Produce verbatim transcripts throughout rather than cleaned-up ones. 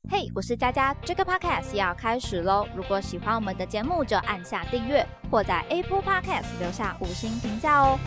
嘿、hey, 我是佳佳，这个 podcast 要开始咯。如果喜欢我们的节目，就按下订阅，或在 Apple Podcast 留下五星评价哦。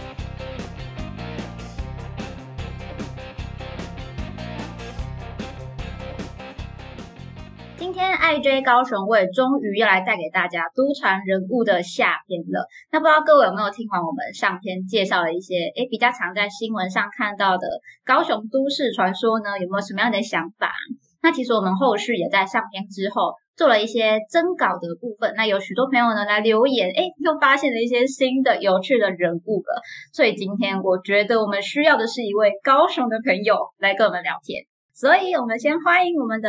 今天爱追高雄卫终于要来带给大家都传人物的下篇了。那不知道各位有没有听完我们上篇介绍了一些诶比较常在新闻上看到的高雄都市传说呢？有没有什么样的想法？那其实我们后续也在上篇之后做了一些征稿的部分，那有许多朋友呢来留言，诶又发现了一些新的有趣的人物了。所以今天我觉得我们需要的是一位高雄的朋友来跟我们聊天，所以我们先欢迎我们的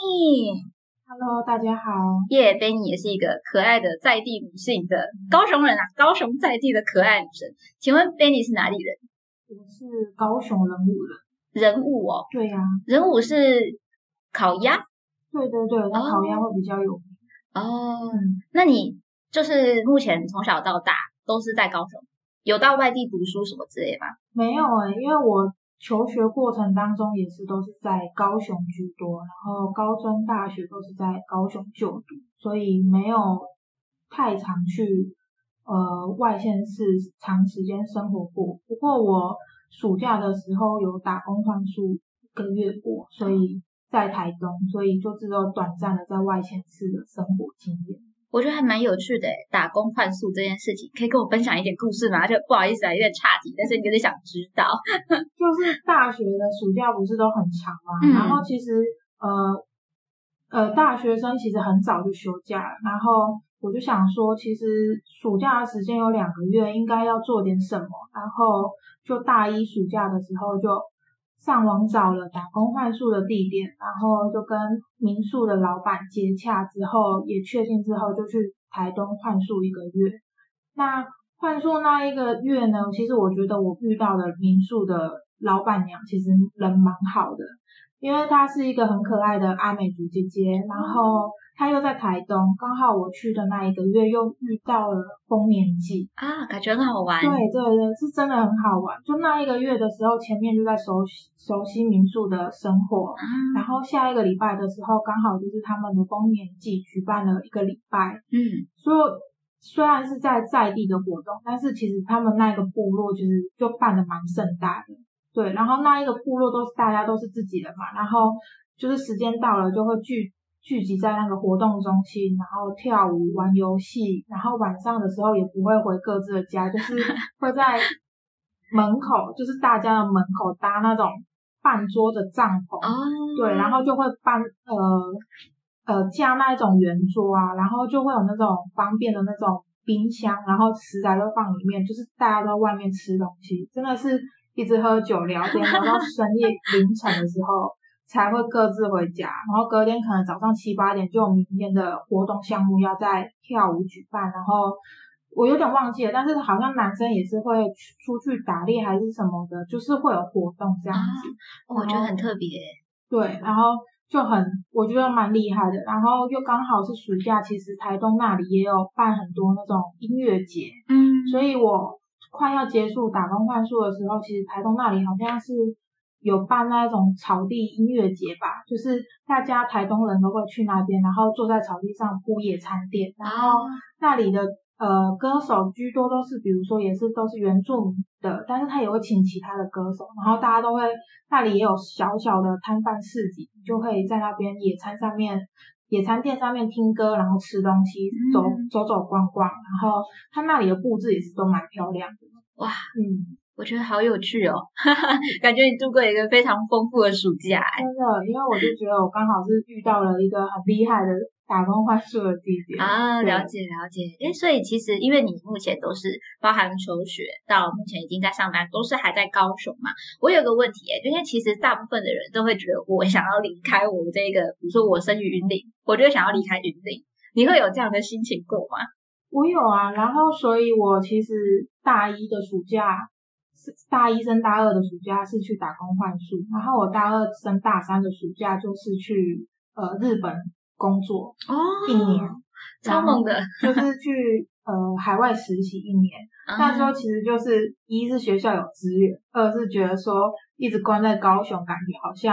Benny。Hello， 大家好。 耶、yeah, Benny 也是一个可爱的在地女性的高雄人啊，高雄在地的可爱女生。请问 Benny 是哪里人？ 我是高雄人武人。 人武哦？ 对呀、啊。 人武是烤鸭？ 对对对，那烤鸭会比较有名。 哦、嗯，那你就是目前从小到大都是在高雄，有到外地读书什么之类吗？ 没有诶、欸，因为我求学过程当中也是都是在高雄居多，然后高中大学都是在高雄就读，所以没有太常去呃外县市长时间生活过。不过我暑假的时候有打工换宿一个月过，所以在台东，所以就只有短暂的在外县市的生活经验。 我觉得还蛮有趣的，打工换宿这件事情，可以跟我分享一点故事吗？就不好意思啊，有点岔题，但是有点想知道。 就是大学的暑假不是都很长吗？嗯、然后其实呃呃大学生其实很早就休假了，然后我就想说，其实暑假的时间有两个月，应该要做点什么，然后就大一暑假的时候就上网找了打工换宿的地点，然后就跟民宿的老板接洽之后，也确定之后就去台东换宿一个月。那换宿那一个月呢，其实我觉得我遇到的民宿的老板娘其实人蛮好的，因为她是一个很可爱的阿美族姐姐，然后她又在台东，刚好我去的那一个月又遇到了丰年祭啊，感觉很好玩。 对对对，是真的很好玩。就那一个月的时候，前面就在熟悉熟悉民宿的生活，嗯、然后下一个礼拜的时候，刚好就是他们的丰年祭举办了一个礼拜，嗯，所以虽然是在在地的活动，但是其实他们那个部落其实就办得蛮盛大的。对，然后那一个部落都是大家都是自己人嘛，然后就是时间到了就会聚聚集在那个活动中心，然后跳舞玩游戏，然后晚上的时候也不会回各自的家，就是会在门口，就是大家的门口搭那种半桌的帐篷，哦、对，然后就会搬呃呃架那一种圆桌啊，然后就会有那种方便的那种冰箱，然后食材都放里面，就是大家都在外面吃东西，真的是一直喝酒聊天，聊到深夜凌晨的时候才会各自回家，然后隔天可能早上七八点就有明天的活动项目要在跳舞举办，然后我有点忘记了，但是好像男生也是会出去打猎还是什么的，就是会有活动这样子， 啊、我觉得很特别。 对，然后就很我觉得蛮厉害的，然后又刚好是暑假，其实台东那里也有办很多那种音乐节，嗯，所以我快要结束打工换宿的时候，其实台东那里好像是有办那种草地音乐节吧，就是大家台东人都会去那边，然后坐在草地上铺野餐垫，然后那里的呃歌手居多都是比如说也是都是原住民的，但是他也会请其他的歌手，然后大家都会那里也有小小的摊贩市集，就可以在那边野餐上面野餐垫上面听歌，然后吃东西，走、嗯、走走逛逛，然后他那里的布置也是都蛮漂亮的。 哇，嗯，我觉得好有趣哦，感觉你度过一个非常丰富的暑假。 真的，因为我就觉得我刚好是遇到了一个很厉害的打工换宿的地点啊，了解了解。诶，所以其实因为你目前都是包含求学到目前已经在上班，都是还在高雄嘛。我有个问题诶，因为其实大部分的人都会觉得我想要离开我这个，比如说我生于云林，我就想要离开云林。你会有这样的心情过吗？ 我有啊，然后所以我其实大一的暑假是大一升大二的暑假是去打工换宿，然后我大二升大三的暑假就是去呃日本工作哦一年， 超猛的， 就是去呃海外实习一年。那时候其实就是一是学校有资源，二是觉得说一直关在高雄，感觉好像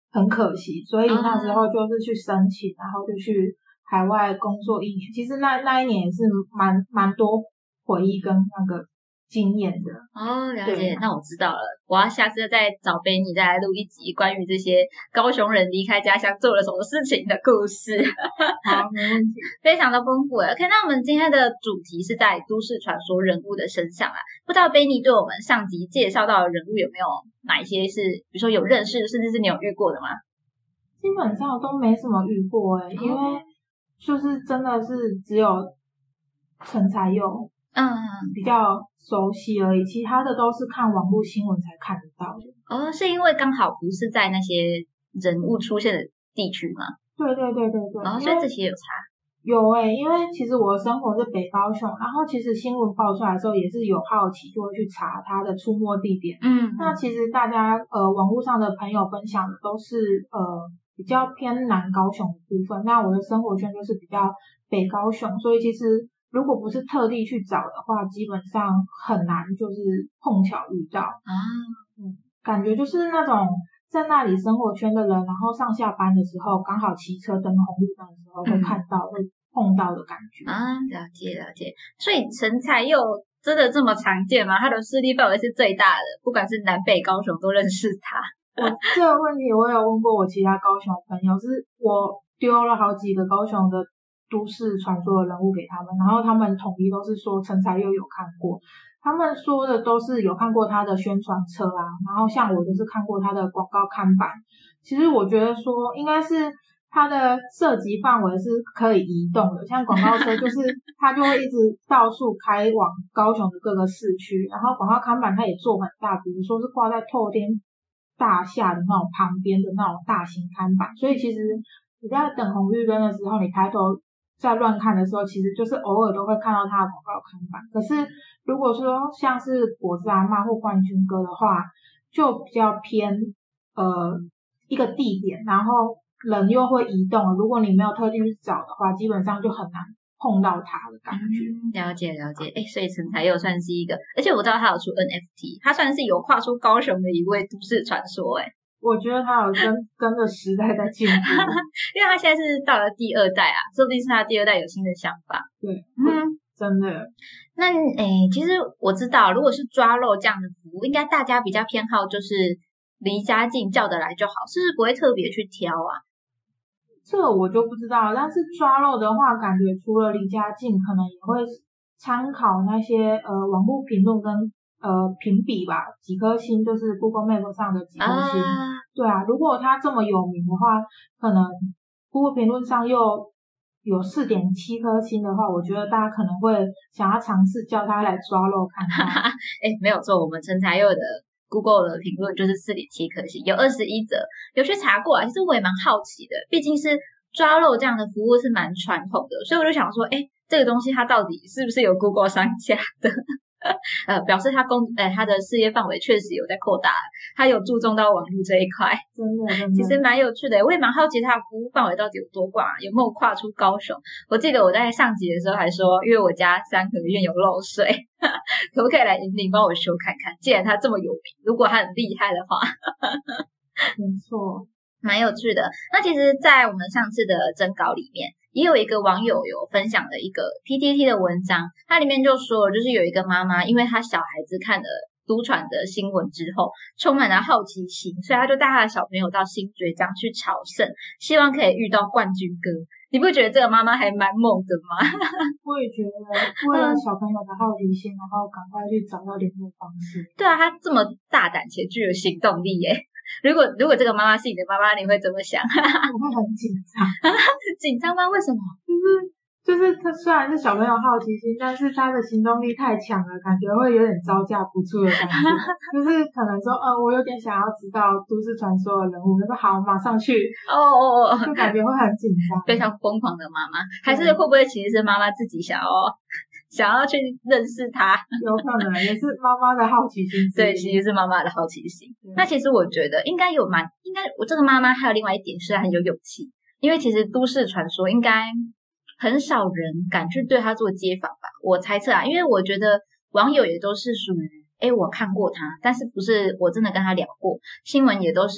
很可惜，所以那时候就是去申请，然后就去海外工作一年。其实那那一年也是蛮蛮多回忆跟那个经验的。 哦，了解，那我知道了，我要下次再找贝尼再来录一集关于这些高雄人离开家乡做了什么事情的故事。 好，没问题， 非常的丰富。OK，那我们今天的主题是在都市传说人物的身上啊，不知道贝尼对我们上集介绍到的人物有没有哪一些是，比如说有认识，甚至是你有遇过的吗？ 基本上都没什么遇过诶、欸，因为就是真的是只有陈才佑嗯比较熟悉而已，其他的都是看网络新闻才看得到的。 哦，是因为刚好不是在那些人物出现的地区吗？ 对对对对对， 哦，所以这些有差。 有诶、欸，因为其实我的生活是北高雄，然后其实新闻爆出来的时候也是有好奇，就会去查它的出没地点。嗯，那其实大家呃网络上的朋友分享的都是呃比较偏南高雄的部分，那我的生活圈就是比较北高雄，所以其实如果不是特地去找的话，基本上很难就是碰巧遇到啊。嗯，感觉就是那种在那里生活圈的人，然后上下班的时候刚好骑车等红绿灯的时候会看到、嗯、会碰到的感觉啊。了解了解，所以陈才佑真的这么常见吗？他的势力范围是最大的，不管是南北高雄都认识他。 我这个问题我有问过我其他高雄朋友，是我丢了好几个高雄的都市传说的人物给他们，然后他们统一都是说陈才佑有看过，他们说的都是有看过他的宣传车啊，然后像我就是看过他的广告看板。其实我觉得说应该是它的涉及范围是可以移动的，像广告车就是它就会一直到处开往高雄的各个市区，然后广告看板它也做很大，比如说是挂在透天大厦的那种旁边的那种大型看板，所以其实你在等红绿灯的时候，你抬头在乱看的时候，其实就是偶尔都会看到它的广告看板。可是如果说像是果子阿嬷或冠军哥的话，就比较偏呃一个地点，然后人又会移动，如果你没有特地去找的话，基本上就很难碰到它的感觉。 嗯、了解了解，哎，所以陈才佑算是一个，而且我知道他有出 N F T， 他算是有跨出高雄的一位都市传说。哎， 我觉得他有跟跟着时代在进步， 因为他现在是到了第二代啊，说不定是他第二代有新的想法。 对，嗯，真的。 那诶，其实我知道，如果是抓漏这样的服务，应该大家比较偏好就是离家近叫得来就好，是不是不会特别去挑啊？ 这个我就不知道，但是抓漏的话，感觉除了离家近，可能也会参考那些呃网络评论跟呃评比吧，几颗星就是 Google Map 上的几颗星。啊对啊，如果它这么有名的话，可能 Google 评论上又有 四点七 颗星的话，我觉得大家可能会想要尝试叫他来抓漏看看。 哎，没有错，我们陈才佑的 Google 的评论就是 四点七 颗星，有二十一则，有去查过啊。其实我也蛮好奇的，毕竟是抓漏这样的服务是蛮传统的，所以我就想说，哎，这个东西它到底是不是有 Google 商家的？呃，表示他工，呃，他的事业范围确实有在扩大，他有注重到网络这一块， 真的，真的， 其实蛮有趣的。我也蛮好奇他的服务范围到底有多广，有没有跨出高雄？我记得我在上集的时候还说，因为我家三合院有漏水，可不可以来引领帮我修看看？既然他这么有名，如果他很厉害的话， 没错。 蛮有趣的。那其实在我们上次的征稿里面也有一个网友有分享的一个 P T T 的文章，它里面就说就是有一个妈妈，因为她小孩子看了都传的新闻之后充满了好奇心，所以她就带她的小朋友到新爵江去朝圣，希望可以遇到冠军哥。你不觉得这个妈妈还蛮猛的吗？ 我也觉得为了小朋友的好奇心，然后赶快去找到联络方式。 对啊，她这么大胆且具有行动力耶。如果如果这个妈妈是你的妈妈，你会怎么想？ 我会很紧张。 紧张吗？为什么？ 就是就是他虽然是小朋友好奇心，但是他的行动力太强了，感觉会有点招架不住的感觉。就是可能说，呃，我有点想要知道都市传说的人物，就说好，马上去。哦哦哦，就感觉会很紧张， 非常疯狂的妈妈，还是会不会其实是妈妈自己想要？想要去认识他， 有可能也是妈妈的好奇心。 对，其实是妈妈的好奇心。那其实我觉得应该有蛮，应该我这个妈妈还有另外一点是很有勇气，因为其实都市传说应该很少人敢去对他做街访吧，我猜测啊，因为我觉得网友也都是属于，诶我看过他，但是不是我真的跟他聊过，新闻也都是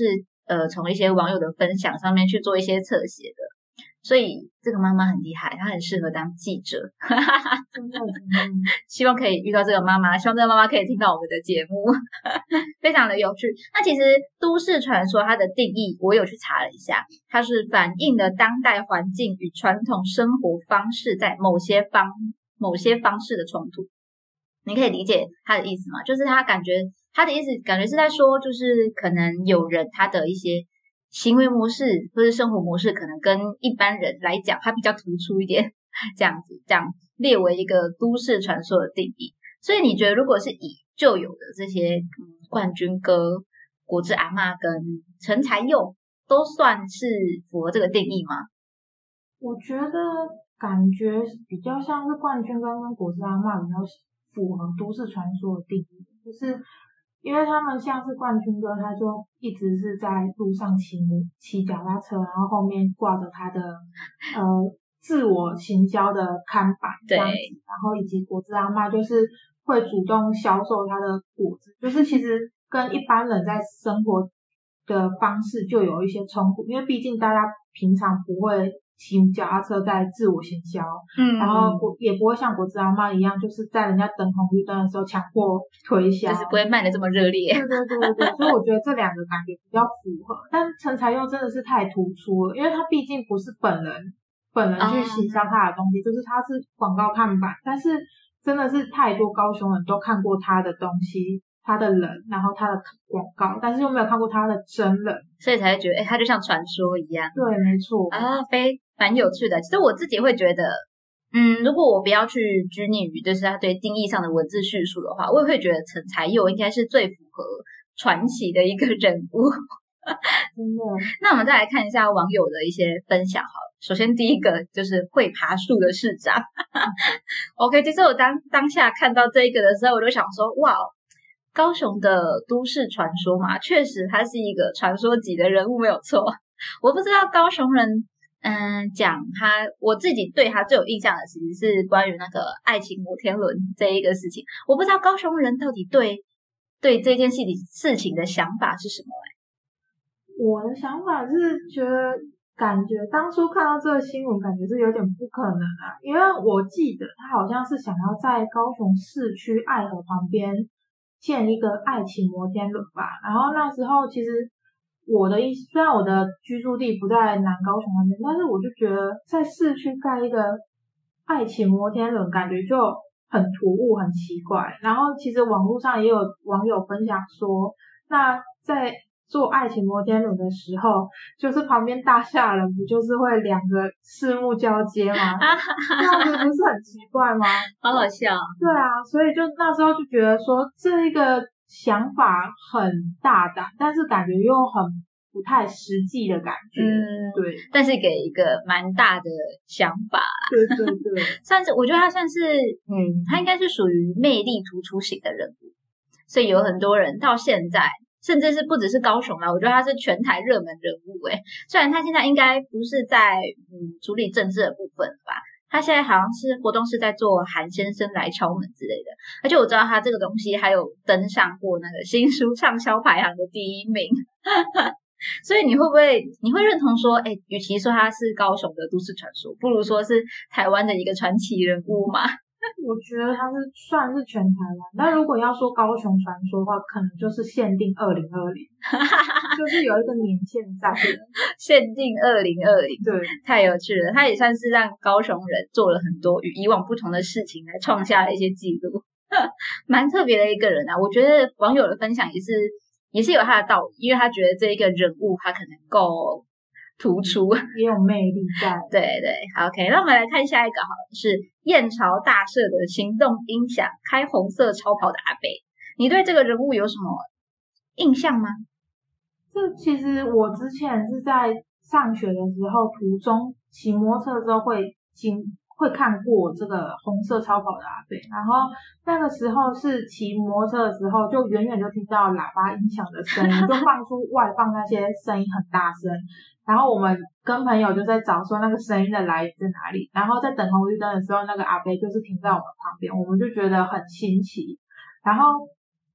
呃从一些网友的分享上面去做一些侧写的。所以这个妈妈很厉害，她很适合当记者。 真的真的， 希望可以遇到这个妈妈，希望这个妈妈可以听到我们的节目，非常的有趣。那其实都市传说它的定义我有去查了一下，它是反映了当代环境与传统生活方式在某些方某些方式的冲突。你可以理解他的意思吗？就是他感觉他的意思感觉是在说，就是可能有人他的一些行为模式或是生活模式可能跟一般人来讲他比较突出一点，这样子这样列为一个都市传说的定义。所以你觉得如果是以旧有的这些、嗯、冠军歌、果汁阿嬷跟陈才佑都算是符合这个定义吗？ 我觉得感觉比较像是冠军歌跟果汁阿嬷比较符合都市传说的定义，就是因为他们像是冠军歌，他就一直是在路上骑骑脚踏车，然后后面挂着他的呃自我行销的看板这样子，然后以及果汁阿嬷就是会主动销售他的果汁，就是其实跟一般人在生活的方式就有一些冲突，因为毕竟大家平常不会骑脚踏车在自我行销，嗯，然后也不会像果汁阿嬷一样，就是在人家等红绿灯的时候强迫推销， 就是不会卖的这么热烈。 对对对对对，所以我觉得这两个感觉比较符合。但陈才佑真的是太突出了，因为他毕竟不是本人本人去行销他的东西，哦、就是他是广告看板，但是真的是太多高雄人都看过他的东西。他的人，然后他的广告，但是又没有看过他的真人， 所以才会觉得，哎，他就像传说一样。 对，没错啊，非蛮有趣的。其实我自己会觉得，嗯，如果我不要去拘泥于就是他对定义上的文字叙述的话，我也会觉得陈才佑应该是最符合传奇的一个人物。 真的。 那我们再来看一下网友的一些分享好了。首先第一个就是会爬树的市长。OK， 其实我当当下看到这个的时候，我就想说，哇。高雄的都市传说嘛，确实他是一个传说级的人物，没有错。我不知道高雄人，嗯，讲他，我自己对他最有印象的其实是关于那个爱情摩天轮这一个事情。我不知道高雄人到底对对这件事情事情的想法是什么、欸、 我的想法是觉得，感觉当初看到这个新闻，感觉是有点不可能啊，因为我记得他好像是想要在高雄市区爱河旁边建一个爱情摩天轮吧，然后那时候其实我的意虽然我的居住地不在南高雄那边，但是我就觉得在市区盖一个爱情摩天轮，感觉就很突兀、很奇怪。然后其实网络上也有网友分享说，那在做爱情摩天轮的时候，就是旁边大厦人不就是会两个四目交接吗？这样子不是很奇怪吗？ 好好笑。 对啊，所以就那时候就觉得说这一个想法很大胆，但是感觉又很不太实际的感觉。嗯，对。 但是给一个蛮大的想法啦。 对对对。 算是我觉得他算是，嗯，他应该是属于魅力突出型的人物，所以有很多人到现在。甚至是不只是高雄啦，我觉得他是全台热门人物诶。虽然他现在应该不是在嗯处理政治的部分吧，他现在好像是活动是在做韩先生来敲门之类的，而且我知道他这个东西还有登上过那个新书畅销排行的第一名。所以你会不会你会认同说，诶，与其说他是高雄的都市传说，不如说是台湾的一个传奇人物吗？ 我觉得它是算是全台湾，但如果要说高雄传说的话，可能就是限定二零二零，就是有一个年限在的。 限定二零二零， 对， 太有趣了。他也算是让高雄人做了很多与以往不同的事情，来创下了一些记录，蛮特别的一个人啊。我觉得网友的分享也是也是有他的道理，因为他觉得这一个人物他可能够突出， 也有魅力在。 对对 ，OK， 那我们来看下一个好了，是燕巢大社的行动音响开红色超跑的阿伯，你对这个人物有什么印象吗？ 这其实我之前是在上学的时候，途中骑摩托车的时候会经会看过这个红色超跑的阿伯，然后那个时候是骑摩托车的时候，就远远就听到喇叭音响的声音，就放出外放那些声音很大声。然后我们跟朋友就在找说那个声音的来源在哪里，然后在等红绿灯的时候，那个阿伯就是停在我们旁边，我们就觉得很新奇。然后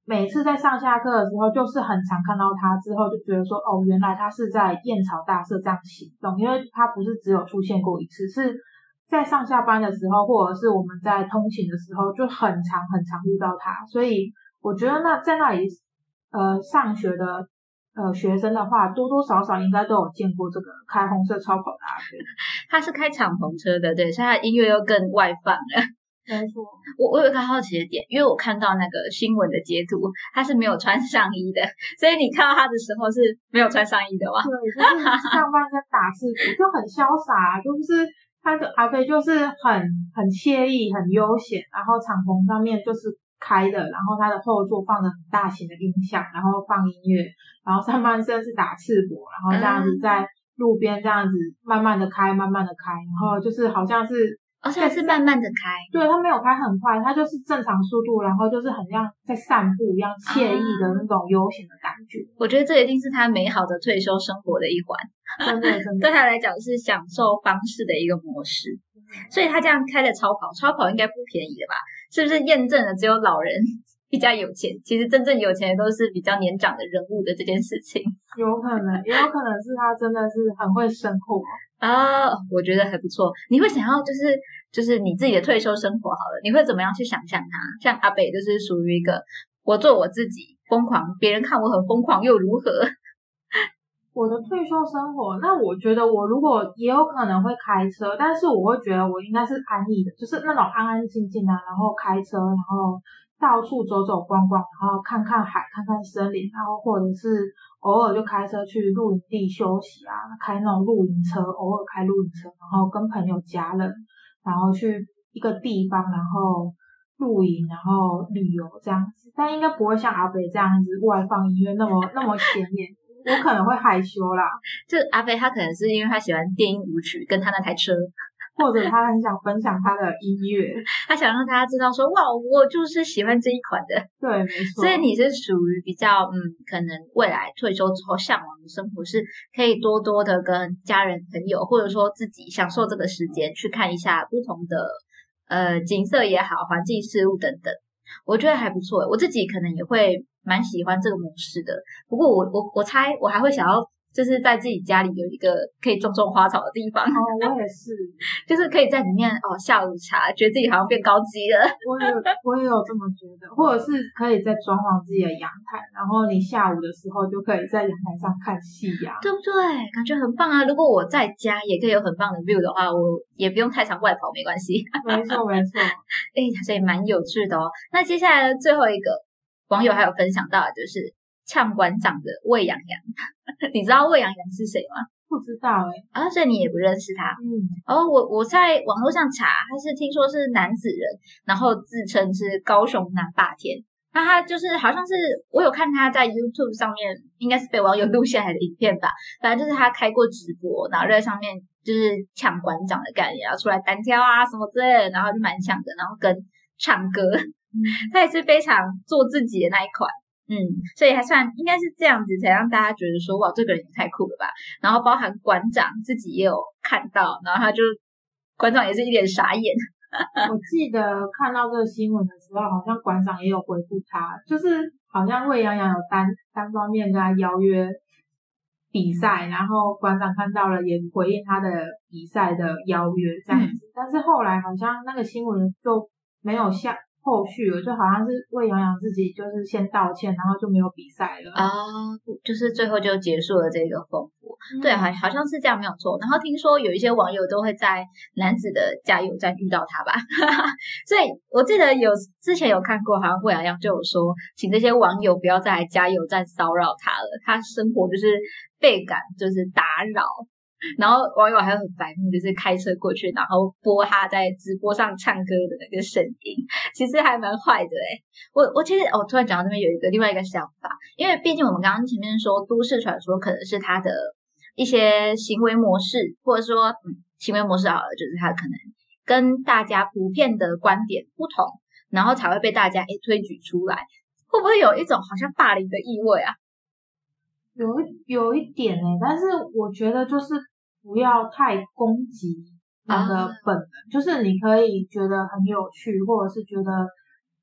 每次在上下课的时候，就是很常看到他，之后就觉得说，哦，原来他是在燕巢大社这样行动，因为他不是只有出现过一次，是在上下班的时候，或者是我们在通勤的时候，就很常很常遇到他。所以我觉得那在那里呃上学的呃学生的话，多多少少应该都有见过这个开红色超跑的阿飞。 他是开敞篷车的，对，所以他的音乐又更外放了。 没错， 我我有一个好奇的点，因为我看到那个新闻的截图，他是没有穿上衣的，所以你看到他的时候是没有穿上衣的吗？ 对，就是上半身打赤膊，就很潇洒，就是他的阿飞就是很很惬意、很悠闲，然后敞篷上面就是开的，然后他的后座放着很大型的音响，然后放音乐，然后上半身是打赤膊，然后这样子在路边这样子慢慢的开，慢慢的开，然后就是好像是。 而且是慢慢的开， 对，他没有开很快，他就是正常速度，然后就是很像在散步一样惬意的那种悠闲的感觉。 我觉得这一定是他美好的退休生活的一环， 真的真的， 对他来讲是享受方式的一个模式。所以他这样开的超跑，超跑应该不便宜的吧？是不是验证了只有老人比较有钱？其实真正有钱的都是比较年长的人物的这件事情。 有可能，也有可能是他真的是很会生活啊，我觉得还不错。你会想要就是就是你自己的退休生活好了，你会怎么样去想象它？像阿北就是属于一个我做我自己，疯狂，别人看我很疯狂又如何？ 我的退休生活，那我觉得我如果也有可能会开车，但是我会觉得我应该是安逸的，就是那种安安静静啊，然后开车，然后到处走走逛逛，然后看看海，看看森林，然后或者是偶尔就开车去露营地休息啊，开那种露营车，偶尔开露营车，然后跟朋友家人，然后去一个地方，然后露营，然后旅游这样子，但应该不会像阿北这样子外放音乐那么那么显眼。我可能会害羞啦， 就阿飞他可能是因为他喜欢电音舞曲跟他那台车， 或者他很想分享他的音乐， 他想让大家知道说哇，我就是喜欢这一款的。 对，没错。 所以你是属于比较嗯，可能未来退休之后向往的生活是可以多多的跟家人朋友，或者说自己享受这个时间去看一下不同的呃景色也好，环境事物等等。我觉得还不错，我自己可能也会蛮喜欢这个模式的。不过我我我猜我还会想要就是在自己家里有一个可以种种花草的地方。 哦，我也是， 就是可以在里面哦下午茶，觉得自己好像变高级了。 我也我也有这么觉得，或者是可以再装潢自己的阳台，然后你下午的时候就可以在阳台上看夕阳， 对不对？感觉很棒啊！如果我在家也可以有很棒的 view 的话，我也不用太常外跑，没关系。 没错没错， 哎，所以蛮有趣的哦。那接下来的最后一个网友还有分享到的就是呛馆长的魏洋洋。你知道魏洋洋是谁吗？ 不知道哎、欸， 啊，所以你也不认识他。 嗯， 哦，我我在网络上查，他是听说是男子人，然后自称是高雄南霸天。那他就是好像是我有看他在 YouTube 上面，应该是被网友录下来的影片吧。反正就是他开过直播，然后在上面就是呛馆长的概念，然后出来单挑啊什么之类的，然后就蛮像的，然后跟唱歌，嗯、他也是非常做自己的那一款。嗯，所以还算应该是这样子才让大家觉得说哇，这个人也太酷了吧。然后包含馆长自己也有看到，然后他就馆长也是一脸傻眼。 我记得看到这个新闻的时候，好像馆长也有回复他，就是好像魏洋洋有单单方面跟他邀约比赛，然后馆长看到了也回应他的比赛的邀约这样子，嗯、但是后来好像那个新闻就没有下后续了，就好像是魏洋洋自己就是先道歉，然后就没有比赛了啊、哦，就是最后就结束了这个风波。嗯、对，好好像是这样没有错。然后听说有一些网友都会在男子的加油站遇到他吧，所以我记得有之前有看过，好像魏洋洋就有说，请这些网友不要再来加油站骚扰他了，他生活就是倍感就是打扰。然后网友还有很白目，就是开车过去，然后播他在直播上唱歌的那个声音，其实还蛮坏的诶。我我其实我、哦、突然讲到那边有一个另外一个想法，因为毕竟我们刚刚前面说都市传说可能是他的一些行为模式，或者说嗯行为模式好了，就是他可能跟大家普遍的观点不同，然后才会被大家诶推举出来，会不会有一种好像霸凌的意味啊？ 有有一点诶，但是我觉得就是不要太攻击那个本人，啊、就是你可以觉得很有趣，或者是觉得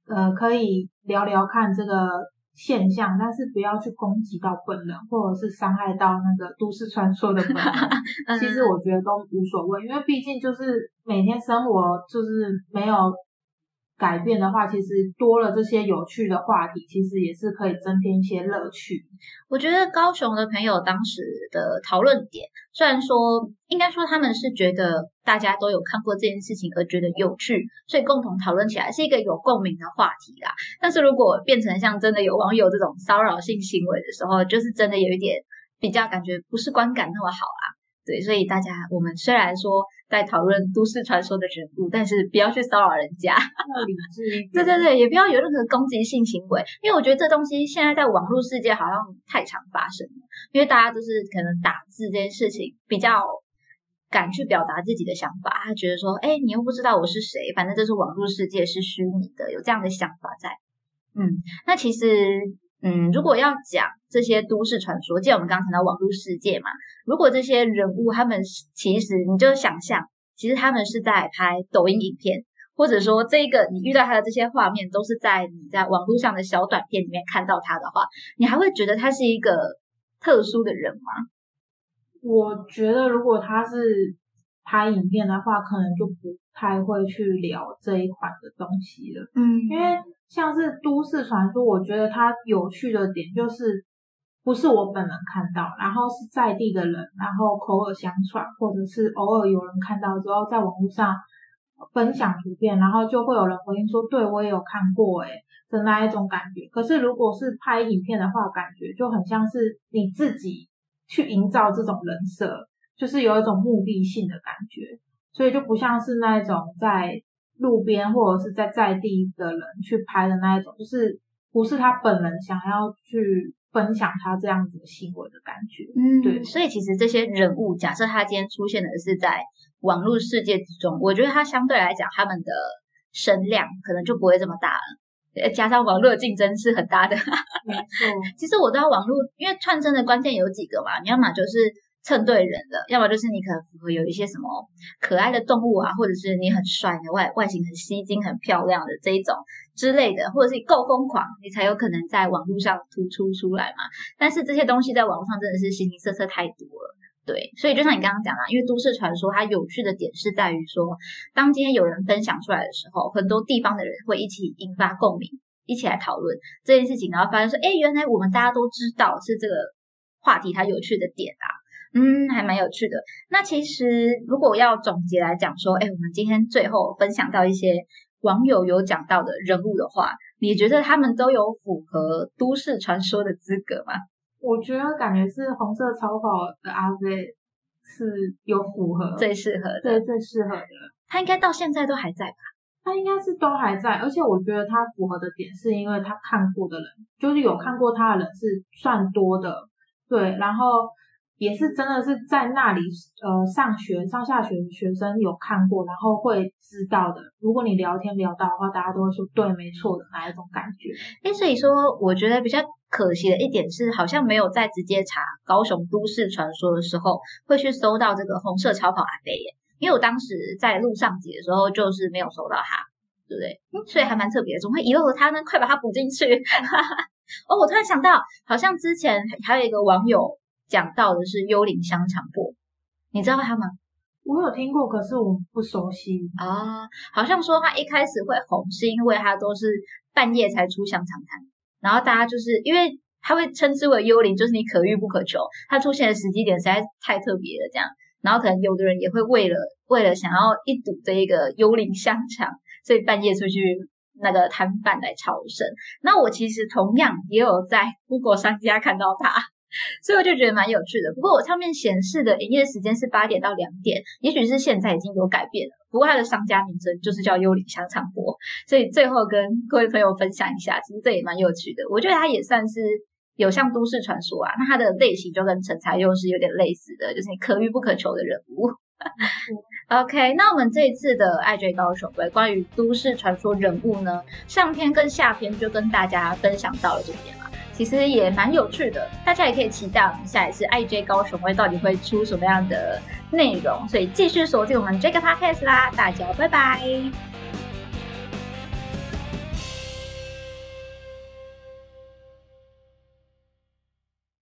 呃可以聊聊看这个现象，但是不要去攻击到本人，或者是伤害到那个都市传说的本人其实我觉得都无所谓，因为毕竟就是每天生活就是没有改变的话，其实多了这些有趣的话题，其实也是可以增添一些乐趣。 我觉得高雄的朋友当时的讨论点，虽然说应该说他们是觉得大家都有看过这件事情而觉得有趣，所以共同讨论起来是一个有共鸣的话题啦。但是如果变成像真的有网友这种骚扰性行为的时候，就是真的有一点比较感觉不是观感那么好啦。对，所以大家我们虽然说在讨论都市传说的人物，但是不要去骚扰人家， 要理智一点。 对对对，也不要有任何攻击性行为，因为我觉得这东西现在在网络世界好像太常发生了，因为大家都是可能打字这件事情比较敢去表达自己的想法，他觉得说，哎，你又不知道我是谁，反正这是网络世界是虚拟的，有这样的想法在。嗯，那其实嗯，如果要讲这些都市传说，既然我们刚刚谈到网络世界嘛，如果这些人物他们其实你就想象，其实他们是在拍抖音影片，或者说这个你遇到他的这些画面都是在你在网络上的小短片里面看到他的话，你还会觉得他是一个特殊的人吗？ 我觉得如果他是拍影片的话，可能就不太会去聊这一款的东西了。 嗯， 因为像是都市传说，我觉得它有趣的点就是不是我本人看到，然后是在地的人，然后口耳相传，或者是偶尔有人看到之后在网络上分享图片，然后就会有人回应说对我也有看过诶的那一种感觉。可是如果是拍影片的话，感觉就很像是你自己去营造这种人设，就是有一种目的性的感觉，所以就不像是那一种在路边或者是在在地的人去拍的那一种，就是不是他本人想要去分享他这样子的行为的感觉。 嗯， 对， 所以其实这些人物，假设他今天出现的是在网络世界之中，我觉得他相对来讲他们的声量可能就不会这么大了，加上网络竞争是很大的。 没错。 其实我知道网络，因为串声的关键有几个嘛，你要么就是蹭对人了，要么就是你可能符合有一些什么可爱的动物啊，或者是你很帅，你的外外形很吸睛很漂亮的这一种之类的，或者是你够疯狂，你才有可能在网络上突出出来嘛。但是这些东西在网络上真的是形形色色太多了。对，所以就像你刚刚讲啦，因为都市传说它有趣的点是在于说，当今天有人分享出来的时候，很多地方的人会一起引发共鸣，一起来讨论这件事情，然后发现说，诶，原来我们大家都知道是这个话题它有趣的点啊。嗯，还蛮有趣的。那其实如果要总结来讲说，诶，我们今天最后分享到一些网友有讲到的人物的话，你觉得他们都有符合都市传说的资格吗？ 我觉得感觉是红色超跑的阿飞是有符合最适合的， 对，最适合的。 他应该到现在都还在吧？ 他应该是都还在，而且我觉得他符合的点是因为他看过的人，就是有看过他的人是算多的，对，然后也是真的是在那里呃上学上下学的学生有看过，然后会知道的。如果你聊天聊到的话，大家都会说对，没错的那一种感觉。 诶，所以说我觉得比较可惜的一点是，好像没有在直接查高雄都市传说的时候，会去搜到这个红色超跑阿飞耶。因为我当时在路上挤的时候，就是没有搜到他，对不对？嗯，所以还蛮特别的，怎么会遗漏了他呢？快把他补进去！哦，我突然想到，好像之前还有一个网友讲到的是幽灵香肠播，你知道他吗？ 我有听过，可是我不熟悉啊、哦。好像说他一开始会红，是因为他都是半夜才出香肠摊，然后大家就是因为他会称之为幽灵，就是你可遇不可求，他出现的时机点实在太特别了，这样。然后可能有的人也会为了为了想要一睹这一个幽灵香肠，所以半夜出去那个摊贩来朝圣。那我其实同样也有在 Google 商家看到他，所以我就觉得蛮有趣的。不过我上面显示的营业时间是八点到两点，也许是现在已经有改变了。不过它的商家名称就是叫幽灵香肠播，所以最后跟各位朋友分享一下，其实这也蛮有趣的。我觉得它也算是有像都市传说啊，那它的类型就跟陈才佑是有点类似的，就是你可遇不可求的人物。OK， 那我们这一次的爱追高雄关于都市传说人物呢，上篇跟下篇就跟大家分享到了这边嘛，其实也蛮有趣的，大家也可以期待我们下一次爱追高雄到底会出什么样的内容，所以继续锁定我们这个 podcast 啦，大家拜拜。